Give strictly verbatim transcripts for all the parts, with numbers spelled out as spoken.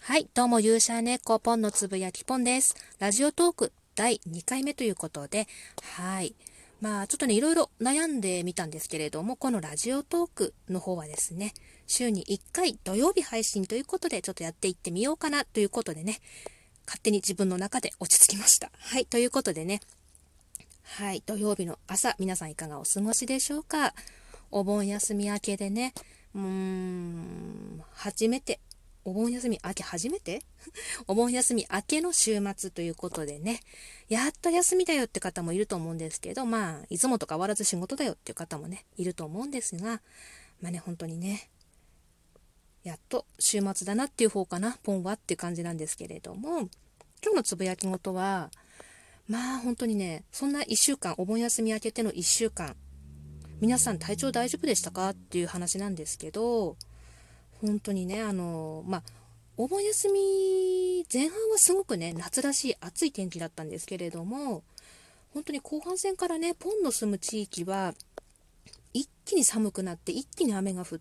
はい、どうも勇者猫ポンのつぶやきポンです。ラジオトークだいにかいめということで、はい。まあちょっとね、いろいろ悩んでみたんですけれども、このラジオトークの方はですね、週にいっかい土曜日配信ということで、ちょっとやっていってみようかなということでね、勝手に自分の中で落ち着きました。はい、ということでね、はい、土曜日の朝、皆さんいかがお過ごしでしょうか。お盆休み明けでね、うーん、初めて、お盆休み明け初めてお盆休み明けの週末ということでね、やっと休みだよって方もいると思うんですけど、まあ、いつもと変わらず仕事だよっていう方もね、いると思うんですが、まあね、本当にね、やっと週末だなっていう方かな、ポンはっていう感じなんですけれども、今日のつぶやき事は、まあ本当にね、そんないっしゅうかん、お盆休み明けてのいっしゅうかん、皆さん体調大丈夫でしたかっていう話なんですけど、本当にね、あの、まあ、お盆休み前半はすごくね、夏らしい暑い天気だったんですけれども、本当に後半戦からね、ポンの住む地域は、一気に寒くなって、一気に雨が降って、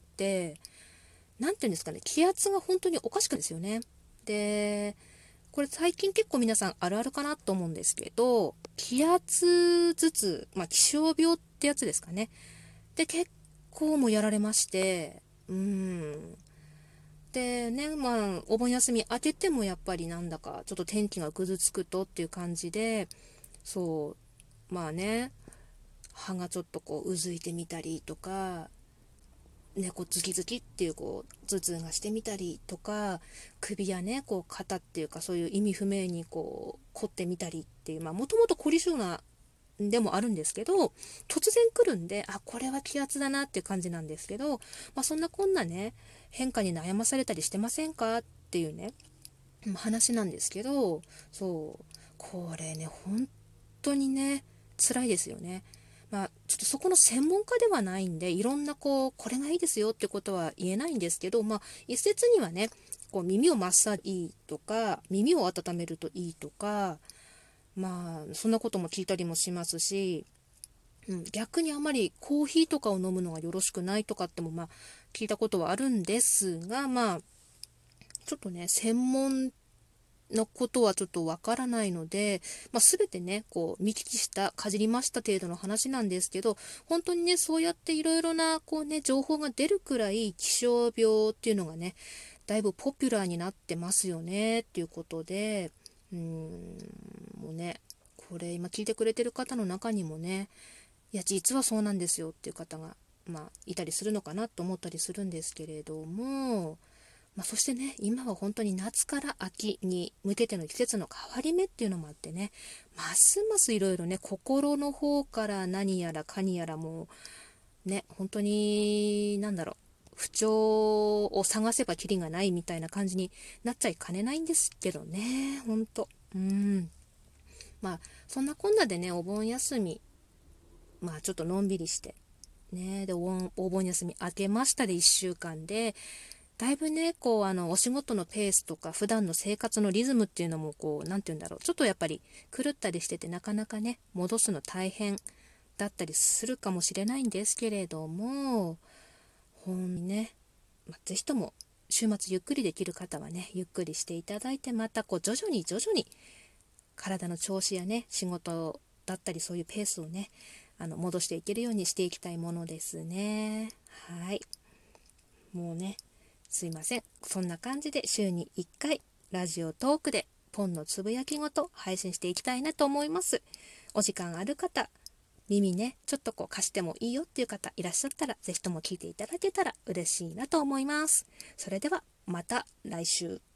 なんていうんですかね、気圧が本当におかしくですよね。で、これ最近結構皆さんあるあるかなと思うんですけど、気圧頭痛、まあ気象病ってやつですかね。で、結構もやられまして、うーん。でね、まあ、お盆休み明けてもやっぱりなんだかちょっと天気がぐずつくとっていう感じで、そう、まあね、歯がちょっとこううずいてみたりとか、ね、こうズキズキっていうこう頭痛がしてみたりとか、首やね、こう肩っていうかそういう意味不明にこう凝ってみたりっていう、まあもともと凝り性なでもあるんですけど、突然来るんで、あ、これは気圧だなっていう感じなんですけど、まあそんなこんなね、変化に悩まされたりしてませんかっていうね、話なんですけど、そう、これね、本当にね、辛いですよね。まあ、ちょっとそこの専門家ではないんで、いろんなこう、これがいいですよってことは言えないんですけど、まあ、一説にはね、こう耳をマッサージいいとか、耳を温めるといいとか、まあ、そんなことも聞いたりもしますし、うん、逆にあまりコーヒーとかを飲むのがよろしくないとかってもまあ聞いたことはあるんですが、まあちょっとね専門のことはちょっとわからないので、まあ、全てねこう見聞きしたかじりました程度の話なんですけど、本当にねそうやっていろいろなこうね情報が出るくらい気象病っていうのがねだいぶポピュラーになってますよねっていうことで、うーんもうねこれ今聞いてくれてる方の中にもね、いや実はそうなんですよっていう方が、まあ、いたりするのかなと思ったりするんですけれども、まあ、そしてね今は本当に夏から秋に向けての季節の変わり目っていうのもあってね、ますますいろいろね心の方から何やらかにやらもうね本当になんだろう不調を探せばキリがないみたいな感じになっちゃいかねないんですけどね、本当うんまあそんなこんなでねお盆休みまあちょっとのんびりしてね、でお盆、お盆休み明けましたでいっしゅうかんでだいぶねこうあのお仕事のペースとか普段の生活のリズムっていうのもこうなんて言うんだろうちょっとやっぱり狂ったりしててなかなかね戻すの大変だったりするかもしれないんですけれども、ほんにね、まあ、ぜひとも週末ゆっくりできる方はねゆっくりしていただいて、またこう徐々に徐々に体の調子やね仕事だったりそういうペースをねあの戻していけるようにしていきたいものですね。はい、もうねすいません、そんな感じで週にいっかいラジオトークでポンのつぶやきごと配信していきたいなと思います。お時間ある方、耳ねちょっとこう貸してもいいよっていう方いらっしゃったらぜひとも聞いていただけたら嬉しいなと思います。それではまた来週。